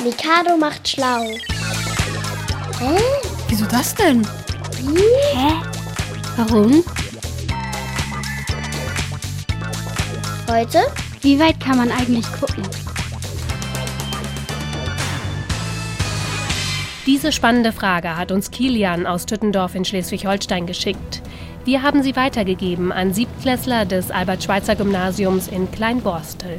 Mikado macht schlau. Hä? Wieso das denn? Hä? Warum? Heute? Wie weit kann man eigentlich gucken? Diese spannende Frage hat uns Kilian aus Tüttendorf in Schleswig-Holstein geschickt. Wir haben sie weitergegeben an Siebtklässler des Albert-Schweitzer-Gymnasiums in Kleinborstel.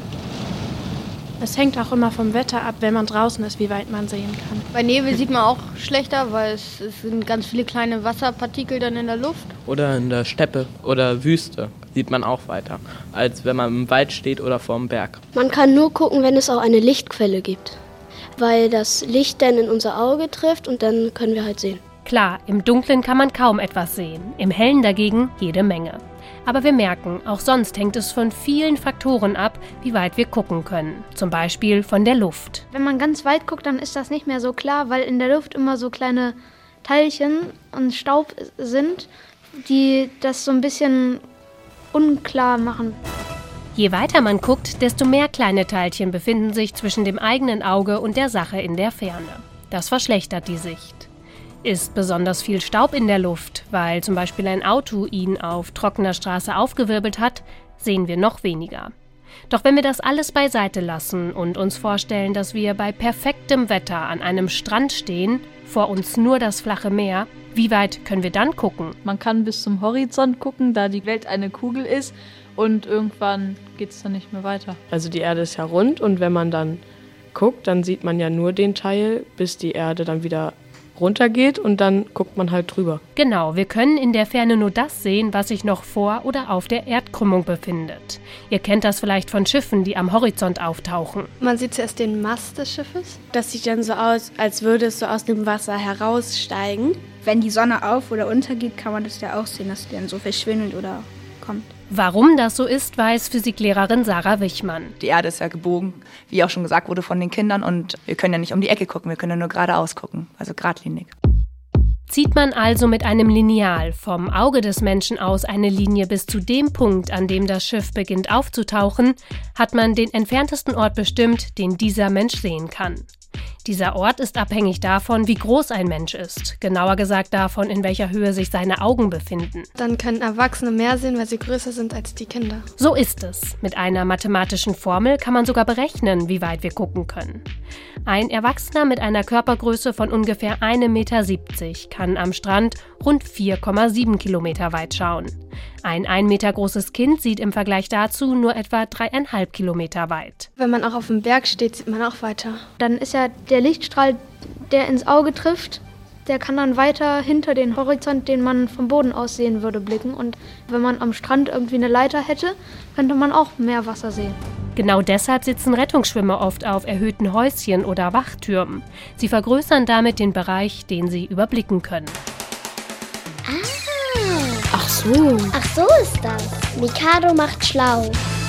Es hängt auch immer vom Wetter ab, wenn man draußen ist, wie weit man sehen kann. Bei Nebel sieht man auch schlechter, weil es sind ganz viele kleine Wasserpartikel dann in der Luft. Oder in der Steppe oder Wüste sieht man auch weiter, als wenn man im Wald steht oder vorm Berg. Man kann nur gucken, wenn es auch eine Lichtquelle gibt, weil das Licht dann in unser Auge trifft und dann können wir halt sehen. Klar, im Dunkeln kann man kaum etwas sehen, im Hellen dagegen jede Menge. Aber wir merken, auch sonst hängt es von vielen Faktoren ab, wie weit wir gucken können. Zum Beispiel von der Luft. Wenn man ganz weit guckt, dann ist das nicht mehr so klar, weil in der Luft immer so kleine Teilchen und Staub sind, die das so ein bisschen unklar machen. Je weiter man guckt, desto mehr kleine Teilchen befinden sich zwischen dem eigenen Auge und der Sache in der Ferne. Das verschlechtert die Sicht. Ist besonders viel Staub in der Luft, weil zum Beispiel ein Auto ihn auf trockener Straße aufgewirbelt hat, sehen wir noch weniger. Doch wenn wir das alles beiseite lassen und uns vorstellen, dass wir bei perfektem Wetter an einem Strand stehen, vor uns nur das flache Meer, wie weit können wir dann gucken? Man kann bis zum Horizont gucken, da die Welt eine Kugel ist und irgendwann geht es dann nicht mehr weiter. Also die Erde ist ja rund und wenn man dann guckt, dann sieht man ja nur den Teil, bis die Erde dann wieder runtergeht und dann guckt man halt drüber. Genau, wir können in der Ferne nur das sehen, was sich noch vor oder auf der Erdkrümmung befindet. Ihr kennt das vielleicht von Schiffen, die am Horizont auftauchen. Man sieht zuerst den Mast des Schiffes. Das sieht dann so aus, als würde es so aus dem Wasser heraussteigen. Wenn die Sonne auf- oder untergeht, kann man das ja auch sehen, dass die dann so verschwindet oder kommt. Warum das so ist, weiß Physiklehrerin Sarah Wichmann. Die Erde ist ja gebogen, wie auch schon gesagt wurde von den Kindern. Und wir können ja nicht um die Ecke gucken, wir können ja nur geradeaus gucken, also geradlinig. Zieht man also mit einem Lineal vom Auge des Menschen aus eine Linie bis zu dem Punkt, an dem das Schiff beginnt aufzutauchen, hat man den entferntesten Ort bestimmt, den dieser Mensch sehen kann. Dieser Ort ist abhängig davon, wie groß ein Mensch ist, genauer gesagt davon, in welcher Höhe sich seine Augen befinden. Dann können Erwachsene mehr sehen, weil sie größer sind als die Kinder. So ist es. Mit einer mathematischen Formel kann man sogar berechnen, wie weit wir gucken können. Ein Erwachsener mit einer Körpergröße von ungefähr 1,70 Meter kann am Strand rund 4,7 Kilometer weit schauen. Ein 1 Meter großes Kind sieht im Vergleich dazu nur etwa 3,5 Kilometer weit. Wenn man auch auf dem Berg steht, sieht man auch weiter. Dann ist ja der Lichtstrahl, der ins Auge trifft, der kann dann weiter hinter den Horizont, den man vom Boden aus sehen würde, blicken. Und wenn man am Strand irgendwie eine Leiter hätte, könnte man auch mehr Wasser sehen. Genau deshalb sitzen Rettungsschwimmer oft auf erhöhten Häuschen oder Wachtürmen. Sie vergrößern damit den Bereich, den sie überblicken können. Ach so ist das. Mikado macht schlau.